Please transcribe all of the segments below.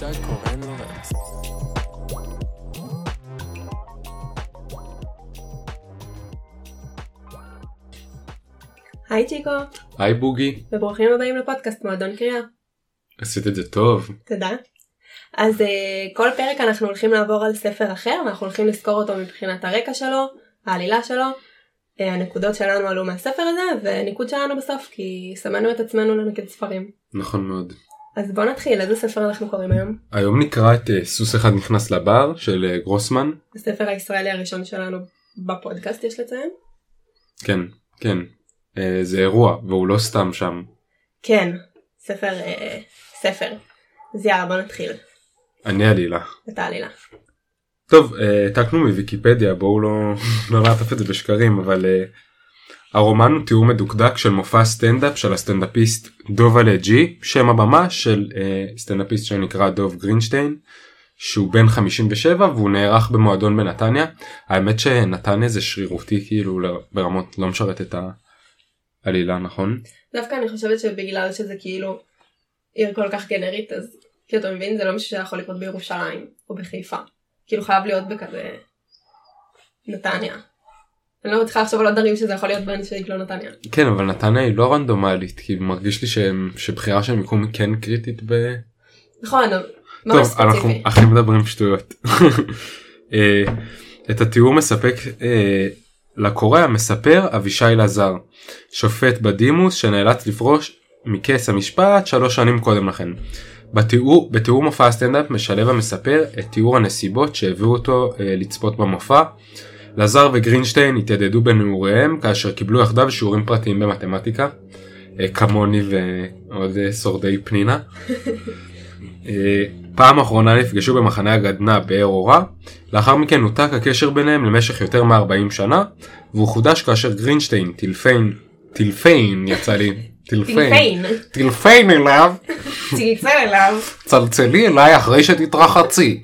קורן לורנס. היי צ'יקו. היי בוגי. וברוכים הבאים לפודקאסט מועדון קריאה. עשית את זה טוב. תודה. אז כל פרק אנחנו הולכים לעבור על ספר אחר, ואנחנו הולכים לזכור אותו מבחינת הרקע שלו, העלילה שלו, הנקודות שלנו עלו מהספר הזה, וניקוד שלנו בסוף, כי שמנו את עצמנו לנקד ספרים. נכון מאוד. אז בוא נתחיל, איזה ספר אנחנו קוראים היום? היום נקרא את סוס אחד נכנס לבר של גרוסמן. הספר הישראלי הראשון שלנו בפודקאסט, יש לציין? כן, כן. זה אירוע, והוא לא סתם שם. כן, ספר. אז יאללה, בוא נתחיל. אני עלילה. אתה עלילה. טוב, העתקנו מוויקיפדיה, בואו לא נעטף את זה בשקרים, אבל הרומן הוא תיאור מדוקדק של מופע סטנדאפ של הסטנדאפיסט דובלה ג'י, שם הבמה של סטנדאפיסט שנקרא דוב גרינשטיין, שהוא בן 57 והוא נערך במועדון בנתניה. האמת שנתניה זה שרירותי, כאילו ברמות לא משרת את העלילה, נכון? דווקא אני חושבת שבגלל שזה כאילו עיר כל כך גנרית, אז כאילו אתה מבין, זה לא משהו שיכול לקרות בירושלים או בחיפה. כאילו חייב להיות בכזה נתניה. אני לא מתחילה לחשוב על עוד דברים שזה יכול להיות בין שהיא לא נתניה. כן, אבל נתניה היא לא רנדומלית, כי מרגיש לי שבחירה של מיקום כן קריטית נכון, ממש טוב, ספציפי. אנחנו הכי מדברים שטויות. את התיאור מספק לקורא המספר אבישי לזר, שופט בדימוס שנאלץ לפרוש מכס המשפט 3 שנים קודם לכן. בתיאור מופע הסטנדאפ משלב המספר את תיאור הנסיבות שהביאו אותו לצפות במופע. לזר וגרינשטיין התיידדו בנעוריהם כאשר קיבלו יחדיו שיעורים פרטיים במתמטיקה, כמוני ועוד שורדי פנינה. פעם אחרונה נפגשו במחנה הגדנ"ע בעיר אורה, לאחר מכן נותק הקשר ביניהם למשך יותר מ-40 שנה, והוא חודש כאשר גרינשטיין טילפיין יצא לי, טילפיין אליו, צלצלי אליי אחרי שתתרחצי.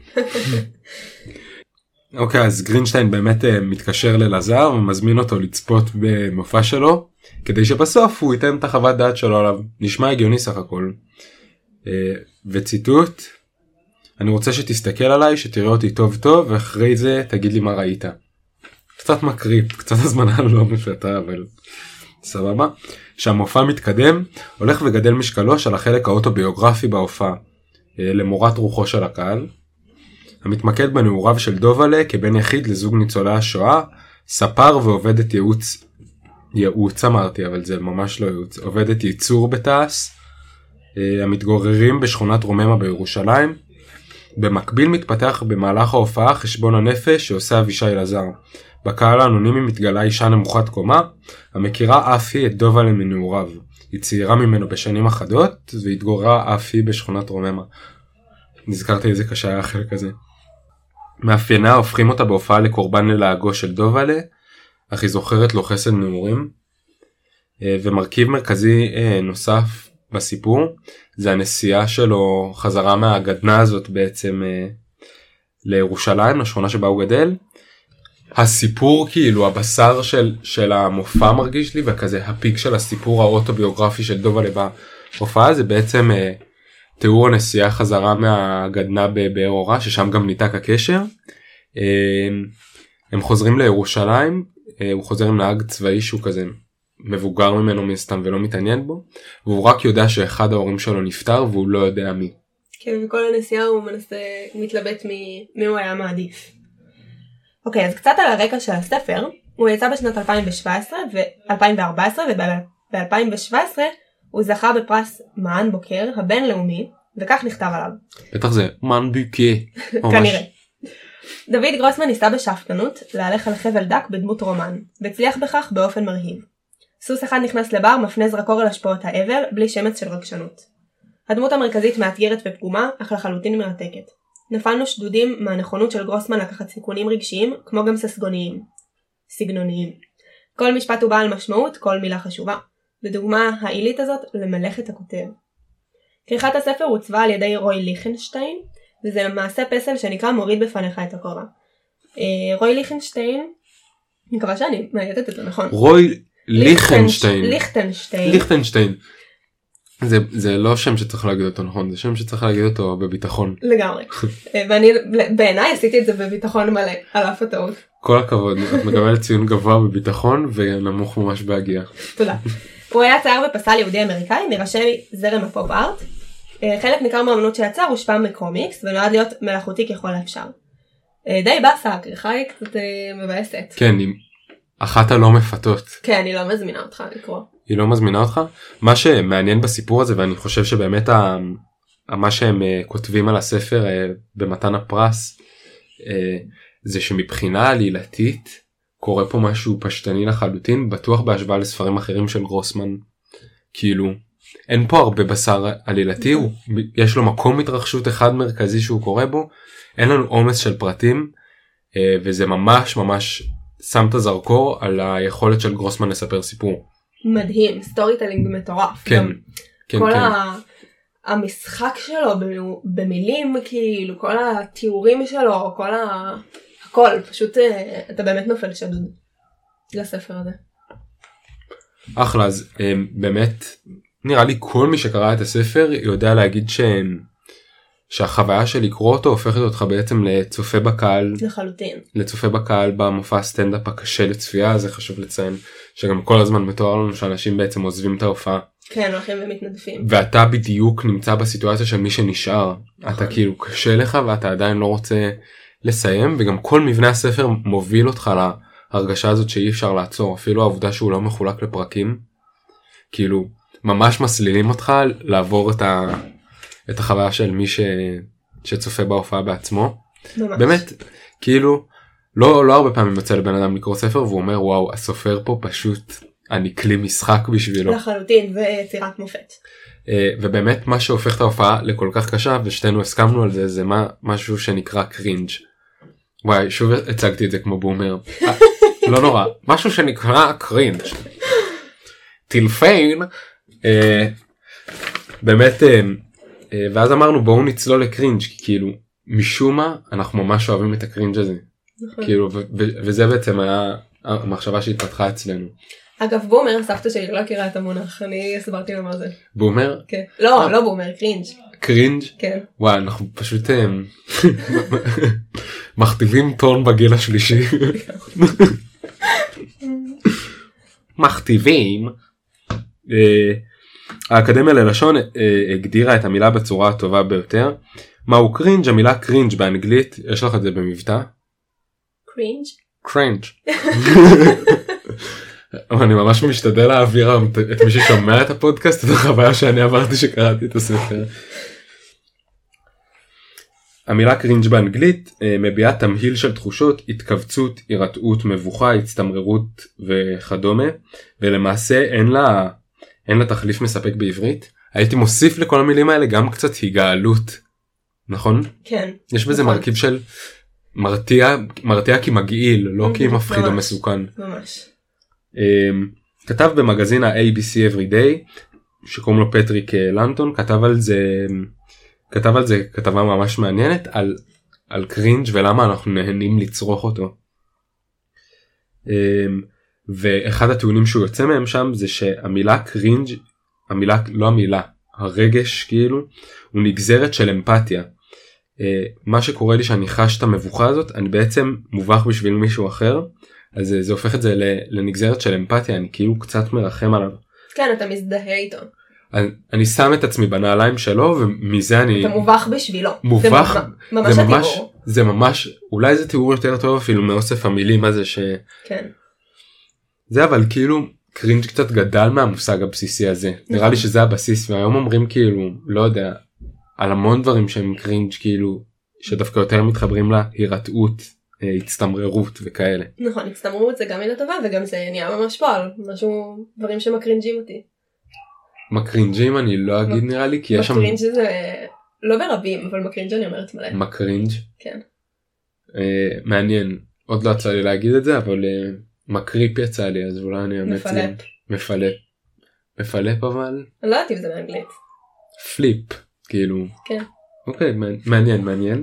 אוקיי, אז גרינשטיין באמת מתקשר ללזר ומזמין אותו לצפות במופע שלו, כדי שבסוף הוא ייתן את החוות דעת שלו עליו. נשמע הגיוני סך הכל. וציטוט: אני רוצה שתסתכל עליי, שתראה אותי טוב טוב, ואחרי זה תגיד לי מה ראית. קצת מקריפ, קצת הזמנה לא מפתה, אבל סבבה. שהמופע מתקדם, הולך וגדל משקלו של החלק האוטוביוגרפי בהופעה, למורת רוחו של הקהל. המתמקד בנעוריו של דובלה כבן יחיד לזוג ניצולי השואה, ספר ועובדת ייעוץ אמרתי, אבל זה ממש לא ייעוץ, עובדת ייצור בתעש, המתגוררים בשכונת רוממה בירושלים. במקביל מתפתח במהלך ההופעה חשבון הנפש שעושה אבישי לזר. בקהל האנונימי מתגלה אישה נמוכת קומה, המכירה אף היא את דובלה מנעוריו. היא צעירה ממנו בשנים אחדות, והתגוררה אף היא בשכונת רוממה. נזכרתי איזה קשה היה החלק הזה. מאפייניה הופכים אותה בהופעה לקורבן ללעגו של דובלה, אך היא זוכרת לו חסד נעורים. ומרכיב מרכזי נוסף בסיפור זה הנסיעה שלו חזרה מהגדנ"ע הזאת בעצם לירושלים, לשכונה שבה הוא גדל. הסיפור כאילו הבשר של המופע מרגיש לי, וכזה הפיק של הסיפור האוטוביוגרפי של דובלה בהופעה זה בעצם תיאור הנסיעה חזרה מהגדנ"ע באר אורה, ששם גם ניתק הקשר. הם חוזרים לירושלים, הוא חוזר עם נהג צבאי שהוא כזה מבוגר ממנו מסתם ולא מתעניין בו, והוא רק יודע שאחד ההורים שלו נפטר והוא לא יודע מי. כן, וכל הנסיעה הוא מתלבט מי הוא היה מעדיף. אוקיי, אז קצת על הרקע של הספר. הוא יצא בשנת 2014 וב-2017 הוא זכה בפרס מען בוקר הבינלאומי, וכך נכתב עליו. בטח זה מען בוקר. כנראה. דוד גרוסמן ניסה בשאפתנות להלך על חבל דק בדמות רומן, והצליח בכך באופן מרהיב. סוס אחד נכנס לבר מפנה זרקור על השפעות האבל בלי שמץ של רגשנות. הדמות המרכזית מאתגרת ופגומה, אך לחלוטין מרתקת. נפלנו שדודים מהנכונות של גרוסמן לקחת סיכונים רגשיים, כמו גם סגנוניים. כל משפט הוא בעל משמעות, כל מילה חשובה. לדוגמה, העילית הזאת למלאכת הכותב. כריכת הספר הוצבה על ידי רוי ליכטנשטיין, וזה מעשה פסל שנקרא מוריד בפניך את הכובע. רוי ליכטנשטיין, אני מקווה שאני מעייתת את זה נכון. רוי ליכטנשטיין. זה לא שם שצריך להגיד אותו נכון, זה שם שצריך להגיד אותו בביטחון. לגמרי. ואני בעיניי עשיתי את זה בביטחון מלא, על אף הטעות. כל הכבוד, את מקבלת ציון גבוה בביטחון ונמוך ממש בהגיעה. תודה. הוא היה צייר ופסל יהודי אמריקאי מראשי זרם הפופ ארט. חלק ניכר מהאמנות שיצר הושפע מקומיקס ונועד להיות מלאכותי ככל האפשר. די באסה, הכריכה היא קצת מבאסת. כן, אחת הלא מפתות. כן, היא לא מזמינה אותך לקרוא. היא לא מזמינה אותך? מה שמעניין בסיפור הזה, ואני חושב שבאמת מה שהם כותבים על הספר במתן הפרס, זה שמבחינה עלילתית קורה פה משהו פשטני לחלוטין, בטוח בהשוואה לספרים אחרים של גרוסמן. כאילו, אין פה הרבה בשר עלילתי, יש לו מקום התרחשות אחד מרכזי שהוא קורא בו, אין לנו עומס של פרטים, וזה ממש ממש שם את הזרקור על היכולת של גרוסמן לספר סיפור. מדהים, סטורי טלינג מטורף. כן, כן, כל כן. המשחק שלו במילים, כאילו, כל התיאורים שלו, הכל, פשוט אתה באמת נופל שדוד לספר הזה. אחלה, אז באמת, נראה לי כל מי שקרא את הספר יודע להגיד שהחוויה של לקרוא אותו הופכת אותך בעצם לצופה בקהל. לחלוטין. לצופה בקהל במופע סטנדאפ הקשה לצפייה, זה חשוב לציין, שגם כל הזמן מתואר לנו שאנשים בעצם עוזבים את ההופעה. כן, הולכים ומתנדפים. ואתה בדיוק נמצא בסיטואציה של מי שנשאר. אתה כאילו קשה לך ואתה עדיין לא רוצה לסיים, וגם כל מבנה הספר מוביל אותך להרגשה הזאת שאי אפשר לעצור, אפילו העובדה שהוא לא מחולק לפרקים, כאילו ממש מסלילים אותך לעבור את החוויה של מי שצופה בהופעה בעצמו. ממש. באמת, כאילו, לא הרבה פעמים יוצא לבן אדם לקרוא ספר והוא אומר וואו, הסופר פה פשוט, אני כלי משחק בשבילו. לחלוטין, זה יצירת מופת. ובאמת מה שהופך את ההופעה לכל כך קשה, ושתינו הסכמנו על זה, זה משהו שנקרא קרינג'. וואי, שוב הצגתי את זה כמו בומר. לא נורא, משהו שנקרא קרינג'. טילפיין, באמת, ואז אמרנו בואו נצלול לקרינג', כי כאילו משום מה אנחנו ממש אוהבים את הקרינג' הזה. כאילו, וזה בעצם היה המחשבה שהתפתחה אצלנו. אגב, בומר, סבתא שלי לא הכירה את המונח, אני הסברתי לו מה זה. בומר? כן. לא בומר, קרינג'. קרינג'? כן. וואי, אנחנו פשוט מכתיבים טון בגיל השלישי. מכתיבים. האקדמיה ללשון הגדירה את המילה בצורה הטובה ביותר. מהו קרינג'? המילה קרינג' באנגלית, יש לך את זה במבטא? קרינג'? קרינג'. אני ממש משתדל להעביר את מי ששומע את הפודקאסט, את החוויה שאני עברתי שקראתי את הספר. המילה קרינג' באנגלית מביעה תמהיל של תחושות, התכווצות, הירתעות, מבוכה, הצטמררות וכדומה, ולמעשה אין לה תחליף מספק בעברית. הייתי מוסיף לכל המילים האלה גם קצת היגעלות, נכון? כן. יש בזה מרכיב של מרתיע כי מגעיל, לא כי מפחיד או מסוכן. ממש. כתב במגזין ה-ABC Everyday, שקוראים לו פטריק לנטון, כתב על זה כתבה ממש מעניינת על קרינג' ולמה אנחנו נהנים לצרוך אותו. ואחד הטיעונים שהוא יוצא מהם שם זה שהמילה קרינג', הרגש כאילו, הוא נגזרת של אמפתיה. מה שקורה לי שאני חש את המבוכה הזאת, אני בעצם מובך בשביל מישהו אחר, אז זה הופך את זה לנגזרת של אמפתיה, אני כאילו קצת מרחם עליו. כן, אתה מזדהה איתו. אני שם את עצמי בנעליים שלו, ומזה אני... אתה מובך בשבילו. מובך, זה ממש התיאור. זה ממש, אולי זה תיאור יותר טוב אפילו מאוסף המילים הזה ש... כן. זה אבל כאילו קרינג' קצת גדל מהמושג הבסיסי הזה. נראה לי שזה הבסיס, והיום אומרים כאילו, לא יודע, על המון דברים שהם קרינג' כאילו, שדווקא יותר מתחברים להירתעות, הצטמררות וכאלה. נכון, הצטמררות זה גם מילה טובה, וגם זה נהיה ממש פעל, משהו, דברים שמקרינג'ים אותי. מקרינג'ים אני לא אגיד נראה לי, כי יש שם... מקרינג' זה לא ברבים, אבל מקרינג' אני אומרת מלא. מקרינג'? כן. מעניין, עוד לא יצא לי להגיד את זה, אבל מקריפ יצא לי, אז אולי אני אמת... מפלפ. מפלפ אבל? אני לא יודעת אם זה באנגלית. פליפ, כאילו. כן. אוקיי, מעניין.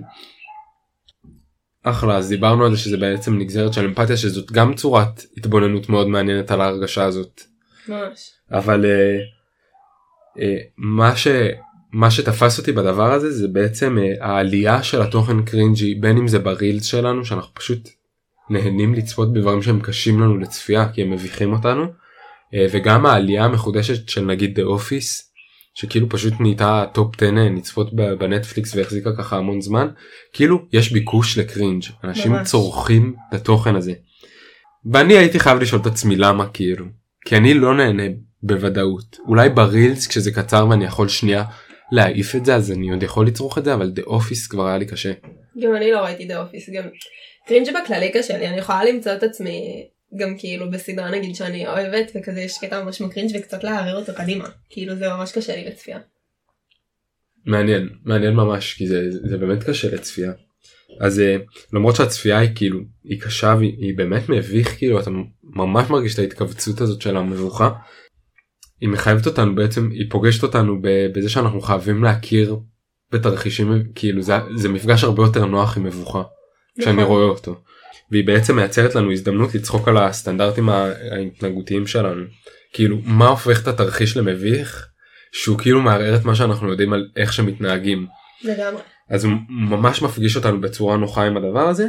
אחלה, אז דיברנו על זה שזה בעצם נגזרת של אמפתיה, שזאת גם צורת התבוננות מאוד מעניינת על ההרגשה הזאת. ממש. אבל מה שתפס אותי בדבר הזה זה בעצם העלייה של התוכן קרינג'י, בין אם זה ברילס שלנו שאנחנו פשוט נהנים לצפות בדברים שהם קשים לנו לצפייה כי הם מביכים אותנו, וגם העלייה המחודשת של נגיד The Office שכאילו פשוט נהייתה טופ 10 לצפות בנטפליקס והחזיקה ככה המון זמן. כאילו יש ביקוש לקרינג', אנשים ממש צורכים את התוכן הזה, ואני הייתי חייב לשאול את עצמי למה, כאילו כי אני לא נהנה בוודאות. אולי ברילס כשזה קצר ואני יכול שנייה להעיף את זה אז אני עוד יכול לצרוך את זה, אבל The Office כבר היה לי קשה. גם אני לא ראיתי The Office, גם קרינג' בכללי קשה לי, אני יכולה למצוא את עצמי גם כאילו בסדרה נגיד שאני אוהבת וכזה יש קטע ממש מקרינג' וקצת להעריר אותו קדימה, כאילו זה ממש קשה לי לצפייה. מעניין ממש, כי זה באמת קשה לצפייה. אז למרות שהצפייה היא כאילו היא קשה והיא באמת מביך, כאילו אתה ממש מרגיש את ההתכווצות הזאת של המבוכה, היא מחייבת אותנו בעצם, היא פוגשת אותנו בזה שאנחנו חייבים להכיר בתרחישים, כאילו זה מפגש הרבה יותר נוח עם מבוכה כשאני רואה אותו, והיא בעצם מייצרת לנו הזדמנות לצחוק על הסטנדרטים ההתנהגותיים שלנו. כאילו מה הופך את התרחיש למביך? שהוא כאילו מערער את מה שאנחנו יודעים על איך שמתנהגים. לגמרי. אז הוא ממש מפגיש אותנו בצורה נוחה עם הדבר הזה,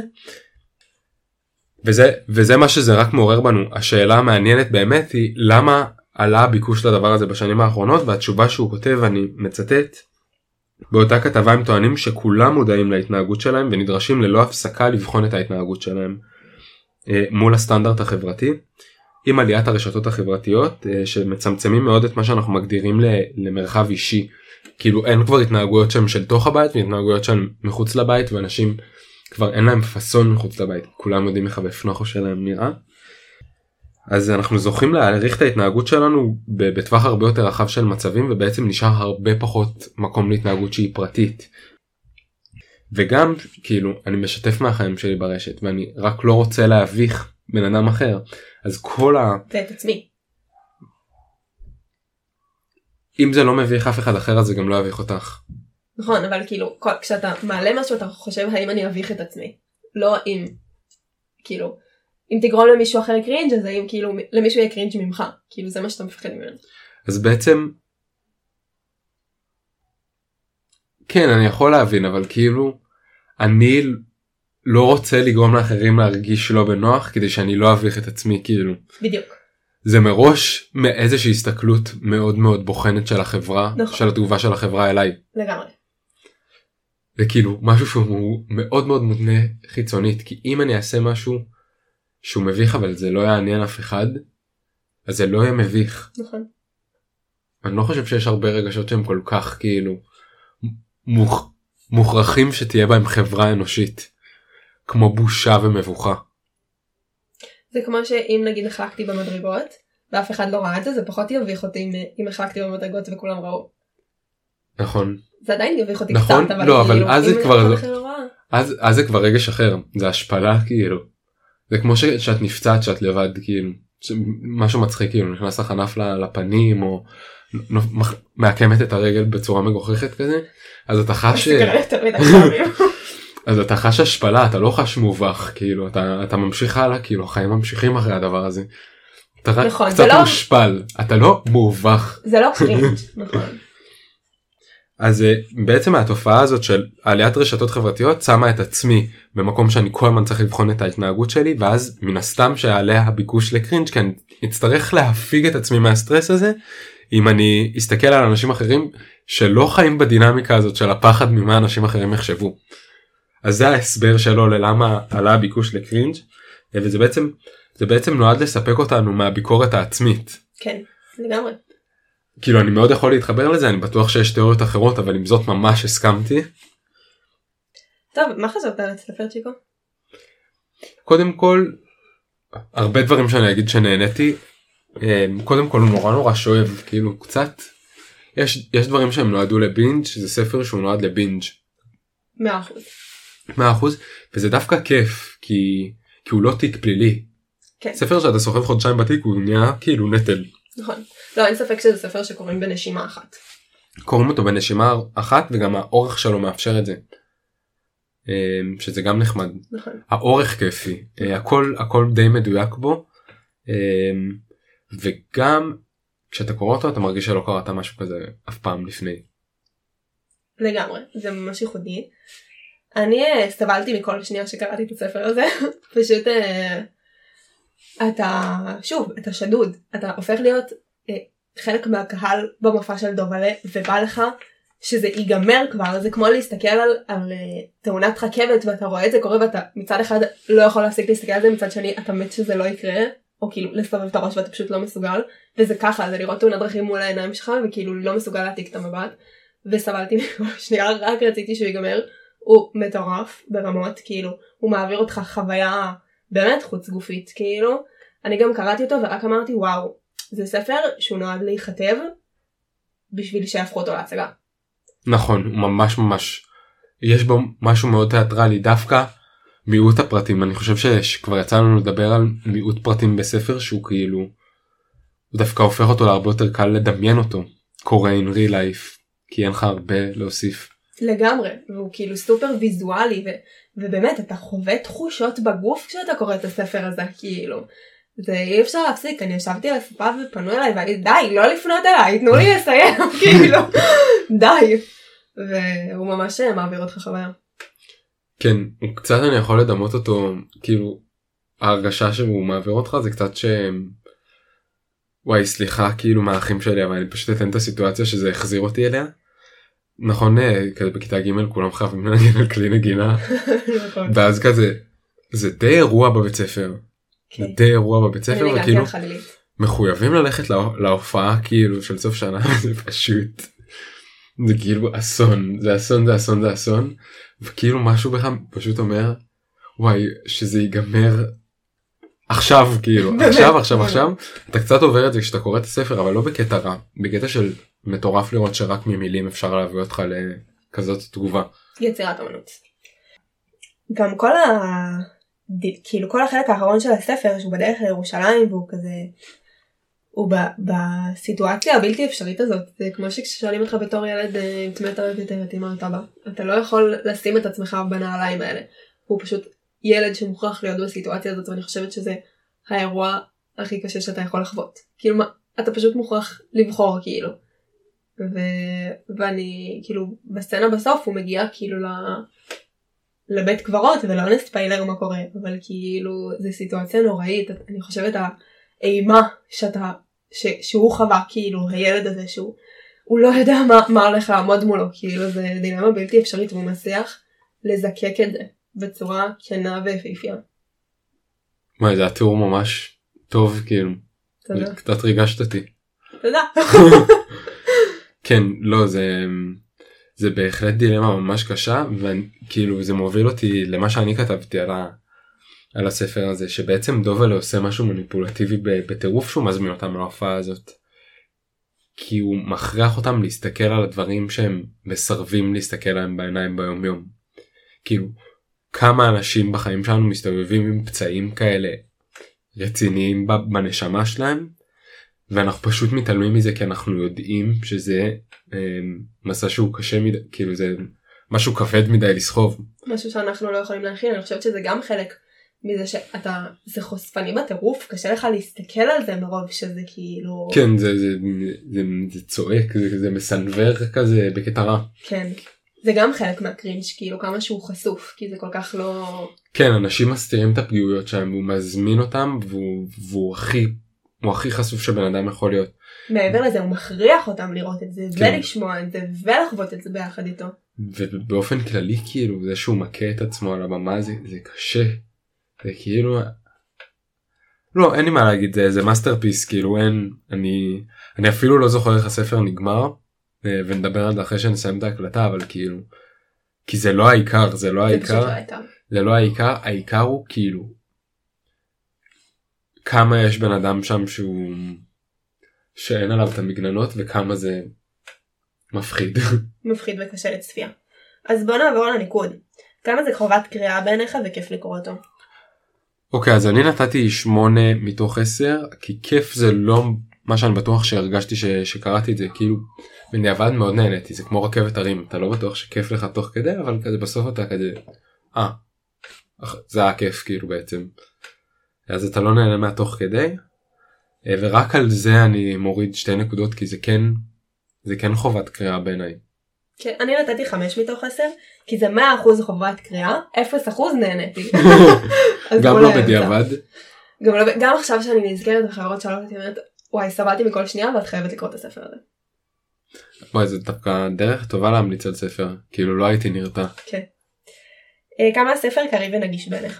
וזה מה שזה רק מעורר בנו. השאלה המעניינת באמת היא למה עלה הביקוש לדבר הזה בשנים האחרונות, והתשובה שהוא כותב, אני מצטט, באותה כתבה הם טוענים שכולם מודעים להתנהגות שלהם ונדרשים ללא הפסקה לבחון את ההתנהגות שלהם מול הסטנדרט החברתי, עם עליית הרשתות החברתיות שמצמצמים מאוד את מה שאנחנו מגדירים למרחב אישי. כאילו אין כבר התנהגויות שהן של תוך הבית והתנהגויות שהן מחוץ לבית, ואנשים כבר אין להם פסון מחוץ לבית, כולם יודעים איך הפנוכו שלהם נראה. אז אנחנו זוכים להעריך את ההתנהגות שלנו בטווח הרבה יותר רחב של מצבים, ובעצם נשאר הרבה פחות מקום להתנהגות שהיא פרטית. וגם כאילו אני משתף מהחיים שלי ברשת ואני רק לא רוצה להביך בן אדם אחר, אז כל ואת עצמי. אם זה לא מביך אף אחד אחר אז זה גם לא יביך אותך. נכון, אבל כאילו כשאתה מעלה משהו אתה חושב האם אני אביך את עצמי, לא אם כאילו אם תגרום למישהו אחר קרינג' אז האם כאילו למישהו יהיה קרינג' ממך, כאילו זה מה שאתה מפחד ממנו. אז בעצם כן אני יכול להבין, אבל כאילו אני לא רוצה לגרום לאחרים להרגיש לא בנוח כדי שאני לא אביך את עצמי, כאילו. בדיוק. זה מראש מאיזושהי הסתכלות מאוד מאוד בוחנת של החברה, נכון. של התגובה של החברה אליי. לגמרי. זה כאילו משהו שהוא מאוד מאוד מותנה חיצונית, כי אם אני אעשה משהו שהוא מביך אבל זה לא יעניין אף אחד, אז זה לא יהיה מביך. נכון. אני לא חושב שיש הרבה רגשות שהם כל כך כאילו מוכרחים שתהיה בהם חברה אנושית, כמו בושה ומבוכה. זה כמו שאם נגיד החלקתי במדרגות ואף אחד לא ראה את זה, זה פחות יביך אותי אם החלקתי במדרגות וכולם ראו. נכון. זה עדיין יביך אותי נכון, קצת, לא, אבל אז זה כבר רגש אחר, זה השפלה כאילו. זה כמו שאת נפצעת שאת לבד, כאילו משהו מצחיק, כאילו נכנס לך ענף לפנים או מעקמת את הרגל בצורה מגוחכת כזה, אז אתה חש אז אתה חש השפלה, אתה לא חש מובך, כאילו אתה ממשיך הלאה, כאילו החיים ממשיכים אחרי הדבר הזה, אתה רק נכון, קצת לא מושפל, אתה לא מובך, זה לא קרינג'. נכון. אז בעצם התופעה הזאת של עליית רשתות חברתיות שמה את עצמי במקום שאני כל הזמן צריך לבחון את ההתנהגות שלי, ואז מן הסתם שעליה הביקוש לקרינג', כי אני אצטרך להפיג את עצמי מהסטרס הזה אם אני אסתכל על אנשים אחרים שלא חיים בדינמיקה הזאת של הפחד ממה אנשים אחרים יחשבו. אז זה ההסבר שלו ללמה עלה הביקוש לקרינג', וזה בעצם נועד לספק אותנו מהביקורת העצמית. כן, לגמרי. כאילו אני מאוד יכול להתחבר לזה, אני בטוח שיש תיאוריות אחרות, אבל עם זאת ממש הסכמתי. טוב, מה חשבת על הספר צ'יקו? קודם כל, הרבה דברים שאני אגיד שנהניתי. קודם כל הוא נורא שואב, כאילו קצת, יש דברים שהם נועדו לבינג', זה ספר שהוא נועד לבינג'. 100%. וזה דווקא כיף, כי הוא לא תיק פלילי. כן. ספר שאתה סוחב חודשיים בתיק הוא נהיה כאילו נטל. נכון. לא, אין ספק שזה ספר שקוראים בנשימה אחת. קוראים אותו בנשימה אחת, וגם האורך שלו מאפשר את זה. שזה גם נחמד. נכון. האורך כיפי. הכל די מדויק בו. וגם כשאתה קורא אותו אתה מרגיש שלא קראת משהו כזה אף פעם לפני. לגמרי, זה ממש ייחודי. אני סבלתי מכל שנייה שקראתי את הספר הזה, פשוט אתה שדוד, אתה הופך להיות חלק מהקהל במופע של דובלה, ובא לך שזה ייגמר כבר, זה כמו להסתכל על תאונת רכבת, ואתה רואה את זה קורה, ואתה מצד אחד לא יכול להפסיק להסתכל על זה, מצד שני אתה מת שזה לא יקרה, או כאילו לסובב את הראש ואתה פשוט לא מסוגל, וזה ככה, זה לראות תאונת דרכים מול העיניים שלך, וכאילו לא מסוגל להעתיק את המבט, וסבלתי שנייה, רק רציתי שהוא ייגמר. הוא מטורף ברמות, כאילו הוא מעביר אותך חוויה באמת חוץ גופית, כאילו אני גם קראתי אותו ורק אמרתי וואו, זה ספר שהוא נועד להיכתב בשביל שיהפכו אותו להצגה. נכון, הוא ממש יש בו משהו מאוד תיאטרלי, דווקא מיעוט הפרטים. אני חושב שכבר יצא לנו לדבר על מיעוט פרטים בספר שהוא כאילו הוא דווקא הופך אותו להרבה יותר קל לדמיין אותו קורא in real life, כי אין לך הרבה להוסיף. לגמרי, והוא כאילו סופר ויזואלי, ובאמת אתה חווה תחושות בגוף כשאתה קורא את הספר הזה, כאילו זה אי אפשר להפסיק. אני ישבתי על הספה ופנו אליי ואני די, לא לפנות אליי, תנו לי לסיים, כאילו די, והוא ממש מעביר אותך חוויה. כן, קצת אני יכול לדמות אותו, כאילו ההרגשה שהוא מעביר אותך זה קצת וואי סליחה כאילו מהאחים שלי, אבל אני פשוט אתן את הסיטואציה שזה החזיר אותי אליה. נכון, כזה בכיתה ג' כולם חייבים לנגן על כלי נגינה, ואז כזה זה די אירוע בבית ספר, זה די אירוע בבית ספר, וכאילו מחויבים ללכת להופעה כאילו של סוף שנה, זה פשוט זה כאילו אסון, זה אסון, זה אסון, זה אסון, וכאילו משהו בך פשוט אומר וואי שזה ייגמר עכשיו, כאילו עכשיו אתה קצת עובר את זה כשאתה קורא את הספר, אבל לא בקטע רע, בקטע של מטורף לראות שרק ממילים אפשר להביא אותך לכזאת תגובה. יצירת אמנות. גם כאילו כל החלק האחרון של הספר שהוא בדרך לירושלים, והוא כזה הוא בסיטואציה הבלתי אפשרית הזאת. זה כמו שכששואלים אותך בתור ילד אם תמת אוהב יותר את אמא או אבא, אתה לא יכול לשים את עצמך בנעליים האלה. הוא פשוט ילד שמוכרח להיות בסיטואציה הזאת, ואני חושבת שזה האירוע הכי קשה שאתה יכול לחוות. כאילו אתה פשוט מוכרח לבחור כאילו. ואני כאילו בסצנה בסוף הוא מגיע כאילו לבית קברות, ולא נספיילר מה קורה, אבל כאילו זה סיטואציה נוראית. אני חושבת האימה שהוא חווה, כאילו הילד הזה שהוא לא יודע מה הולך לעמוד מולו, כאילו זה דילמה בלתי אפשרית, והוא מצליח לזקק את זה בצורה כנה ויפהפייה. מה, זה התיאור ממש טוב, כאילו קצת ריגשת אותי. תודה. כן, לא, זה בהחלט דילמה ממש קשה, וכאילו זה מוביל אותי למה שאני כתבתי על הספר הזה, שבעצם דובלה עושה משהו מניפולטיבי בטירוף שהוא מזמין אותם להופעה הזאת, כי הוא מכריח אותם להסתכל על הדברים שהם מסרבים להסתכל עליהם בעיניים ביום יום. כאילו כמה אנשים בחיים שלנו מסתובבים עם פצעים כאלה רציניים בנשמה שלהם, ואנחנו פשוט מתעלמים מזה כי אנחנו יודעים שזה מסע שהוא קשה מדי, כאילו זה משהו כבד מדי לסחוב. משהו שאנחנו לא יכולים להכין. אני חושבת שזה גם חלק מזה זה חושפני בטירוף, קשה לך להסתכל על זה מרוב שזה כאילו... כן, זה צועק, זה מסנבר כזה בקטע רע. כן, זה גם חלק מהקרינג' כאילו כמה שהוא חשוף, כי זה כל כך לא... כן, אנשים מסתירים את הפגיעויות שלהם, והוא מזמין אותם, והוא הכי חשוף שבן אדם יכול להיות. מעבר לזה הוא מכריח אותם לראות את זה, ולשמוע את זה, ולחוות את זה ביחד איתו. ובאופן כללי כאילו זה שהוא מכה את עצמו על הבמה זה קשה. זה כאילו לא, אין לי מה להגיד, זה מאסטרפיס, כאילו אני אפילו לא זוכר איך הספר נגמר, ונדבר על זה אחרי שנסיים את ההקלטה, אבל כאילו כי זה לא העיקר, זה לא העיקר, העיקר הוא כאילו כמה יש בן אדם שם שאין עליו את המגננות, וכמה זה מפחיד. מפחיד וקשה לצפייה. אז בוא נעבור לניקוד. כמה זה חובת קריאה בעיניך וכיף לקרוא אותו? אוקיי, אז אני נתתי 8 מתוך 10, כי כיף זה לא מה שאני בטוח שהרגשתי שקראתי את זה, כאילו בדיעבד מאוד נהניתי, זה כמו רכבת הרים, אתה לא בטוח שכיף לך תוך כדי, אבל כזה בסוף אתה כזה, זה היה כיף כאילו בעצם. אז אתה לא נהנה מהתוך כדי. ורק על זה אני מוריד 2 נקודות, כי זה כן חובת קריאה בעיניי. כן, אני נתתי 5 מתוך 10, כי זה 100% חובת קריאה, 0% נהניתי. גם לא בדיעבד. גם עכשיו שאני נזכרת בחברות שלו, אני אומרת, וואי, סבלתי מכל שנייה, ואת חייבת לקרוא את הספר הזה. וואי, זה דווקא דרך טובה להמליץ על ספר, כאילו לא הייתי נרתע. כן. כמה הספר קריא ונגיש בעיניך?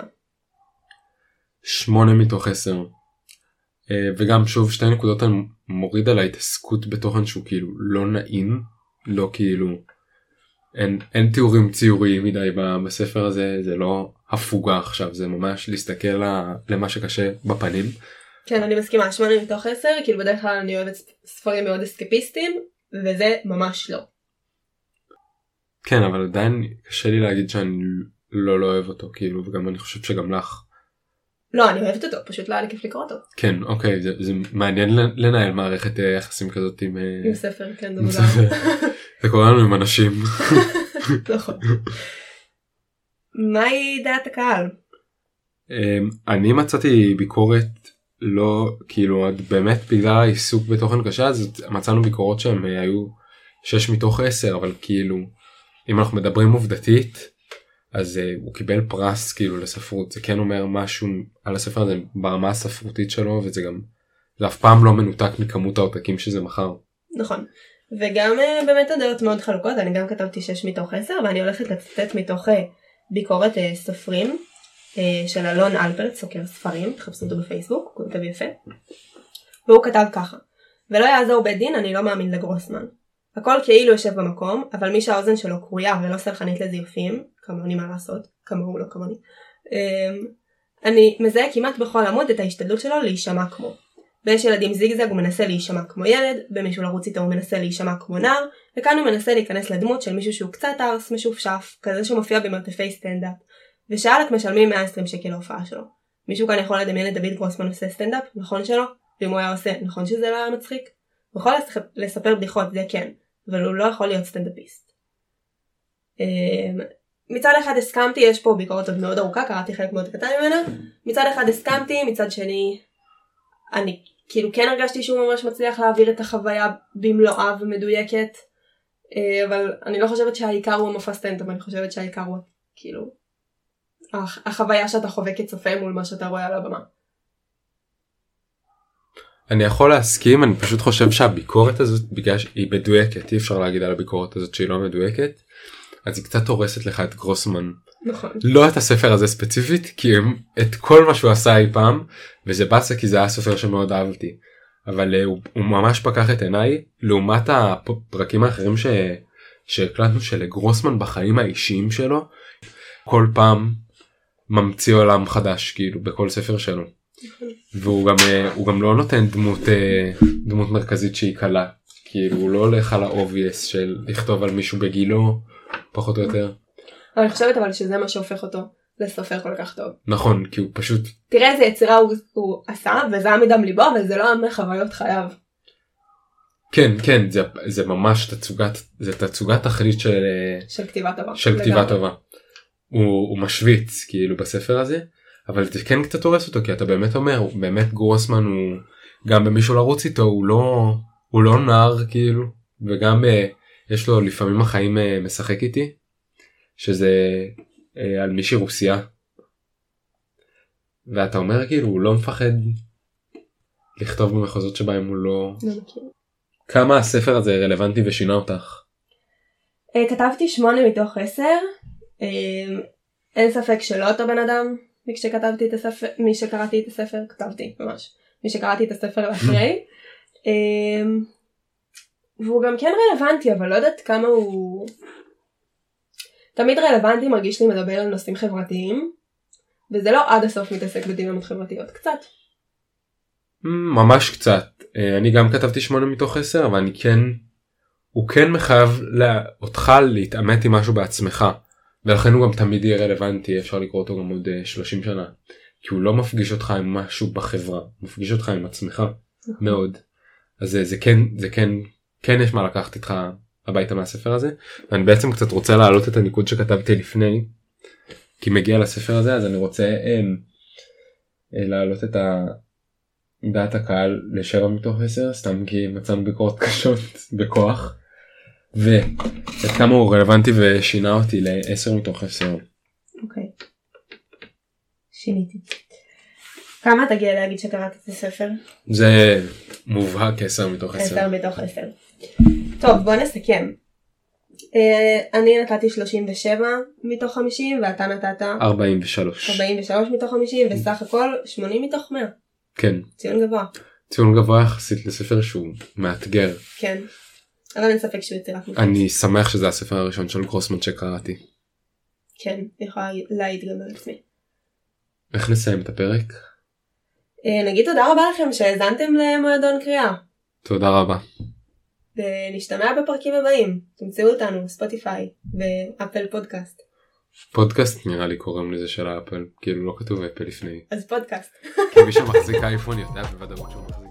8 מתוך 10. וגם שוב 2 נקודות אני מוריד על ההתעסקות בתוכן שהוא כאילו לא נעים, לא כאילו, אין תיאורים ציוריים מדי בספר הזה, זה לא הפוגה עכשיו, זה ממש להסתכל למה שקשה בפנים. כן, אני מסכימה, 8 מתוך 10, כאילו בדרך כלל אני אוהבת ספרים מאוד אסקפיסטיים, וזה ממש לא. כן, אבל עדיין קשה לי להגיד שאני לא אוהב אותו, כאילו, וגם אני חושב שגם לך. לא, אני אוהבת אותו, פשוט לא היה לי כיף לקרוא אותו. כן, אוקיי, זה מעניין לנהל מערכת יחסים כזאת עם ספר, כן, זה מוזר. זה קורה לנו עם אנשים. נכון. מהי דעת הקהל? אני מצאתי ביקורת לא, כאילו, באמת בגלל העיסוק בתוכן קשה, אז מצאנו ביקורות שהם היו 6 מתוך 10, אבל כאילו, אם אנחנו מדברים עובדתית, אז הוא קיבל פרס כאילו לספרות, זה כן אומר משהו על הספר הזה ברמה הספרותית שלו, וזה גם, זה אף פעם לא מנותק מכמות העותקים שזה מחר. נכון, וגם באמת הדעות מאוד חלוקות, אני גם כתבתי 6 מתוך 10, ואני הולכת לצטט מתוך ביקורת סופרים, של אלון אלפרט, סוקר ספרים, תחפשו אותו בפייסבוק, הוא כותב יפה, והוא כתב ככה, ולא יעזור בית דין, אני לא מאמין לגרוסמן. הכל כאילו יושב במקום, אבל מי שהאוזן שלו קרויה ולא סלחנית לזיופים, כמוני מה לעשות, כמוהו לא כמוני, אני מזהה כמעט בכל עמוד את ההשתדלות שלו להישמע כמו. ויש ילדים זיגזג הוא מנסה להישמע כמו ילד, במישהו לרוץ איתו הוא מנסה להישמע כמו נער, וכאן הוא מנסה להיכנס לדמות של מישהו שהוא קצת ארס משופשף, כזה שמופיע במרתפי סטנדאפ, ושאלק משלמים 120 שקל להופעה שלו. מישהו כאן יכול לדמיין את דוד גרוסמן עושה סטנדאפ, נכון שלא? ואם הוא היה עושה, נכון שזה לא היה מצחיק? הוא יכול לספר בדיחות, זה כן, אבל הוא לא יכול להיות סטנדאפיסט. מצד אחד הסכמתי, יש פה ביקורת עוד מאוד ארוכה, קראתי חלק מאוד קטן ממנה, מצד אחד הסכמתי, מצד שני, אני כאילו כן הרגשתי שהוא ממש מצליח להעביר את החוויה במלואה ומדויקת, אבל אני לא חושבת שהעיקר הוא המופע סטנדאפ, אני חושבת שהעיקר הוא כאילו, החוויה שאתה חווה כצופה מול מה שאתה רואה על הבמה. אני יכול להסכים, אני פשוט חושב שהביקורת הזאת, בגלל שהיא מדויקת, אי אפשר להגיד על הביקורת הזאת שהיא לא מדויקת, אז היא קצת הורסת לך את גרוסמן. נכון. לא את הספר הזה ספציפית, כי את כל מה שהוא עשה אי פעם, וזה בסה כי זה היה ספר שמאוד אהבתי. אבל הוא ממש פקח את עיניי, לעומת הפרקים האחרים שהקלטנו שלגרוסמן בחיים האישיים שלו, כל פעם ממציא עולם חדש, כאילו, בכל ספר שלו. והוא גם לא נותן דמות מרכזית שהיא קלה, כאילו הוא לא הולך על האובייס של לכתוב על מישהו בגילו, פחות או יותר. אני חושבת אבל שזה מה שהופך אותו לסופר כל כך טוב. נכון, כי הוא פשוט... תראה איזה יצירה הוא עשה, וזה היה מדם ליבו, אבל זה לא היה מחוויות חייו. כן, זה ממש תצוגת תכלית של כתיבה טובה. של כתיבה טובה. הוא משוויץ כאילו בספר הזה, אבל זה כן קצת הורס אותו, כי אתה באמת אומר, באמת גרוסמן הוא, גם במישהו לרוץ איתו, הוא לא נער כאילו, וגם יש לו לפעמים החיים משחק איתי, שזה על מישהי רוסיה, ואתה אומר כאילו, הוא לא מפחד לכתוב במחוזות שבהם הוא לא... כמה הספר הזה רלוונטי ושינה אותך? כתבתי 8 מתוך 10, אין ספק שלא אותו בן אדם, מי שקראתי את הספר, כתבתי ממש, מי שקראתי את הספר לאחרי, והוא גם כן רלוונטי, אבל לא יודעת כמה הוא... תמיד רלוונטי מרגיש לי מדבר על נושאים חברתיים, וזה לא עד הסוף מתעסק בדילמות חברתיות, קצת. ממש קצת. אני גם כתבתי 8 מתוך 10, אבל הוא כן מחייב אותך להתאמת עם משהו בעצמך, ולכן הוא גם תמיד יהיה רלוונטי, אפשר לקרוא אותו גם עוד 30 שנה, כי הוא לא מפגיש אותך עם משהו בחברה, הוא מפגיש אותך עם עצמך מאוד. אז זה כן יש מה לקחת איתך הביתה מהספר הזה, ואני בעצם קצת רוצה להעלות את הניקוד שכתבתי לפני, כי מגיע לספר הזה, אז אני רוצה להעלות את דעת הקהל ל7 מתוך 10 סתם כי מצאנו ביקורות קשות בכוח, ועד כמה הוא רלוונטי ושינה אותי ל10 מתוך 10. אוקיי. שיניתי. כמה תגיע להגיד שקראת את הספר? זה מובהק 10 מתוך 10. 10 מתוך 10. טוב, בוא נסכם. אני נתתי 37 מתוך 50 ואתה נתת 43 מתוך 50 וסך הכל 80 מתוך 100. כן. ציון גבוה. ציון גבוה יחסית לספר שהוא מאתגר. כן. אבל אין ספק שהוא יצירת מופת. אני שמח שזה הספר הראשון של גרוסמן שקראתי. כן, יכולה להעיד גם על עצמי. איך נסיים את הפרק? נגיד תודה רבה לכם שהאזנתם למועדון קריאה. תודה רבה. ונשתמע בפרקים הבאים. תמצאו אותנו ספוטיפיי ואפל פודקאסט. פודקאסט נראה לי קוראים לזה של האפל, כאילו לא כתוב אפל לפני. אז פודקאסט. כי מי שמחזיק אייפון יודע בוודאות שהוא מחזיק.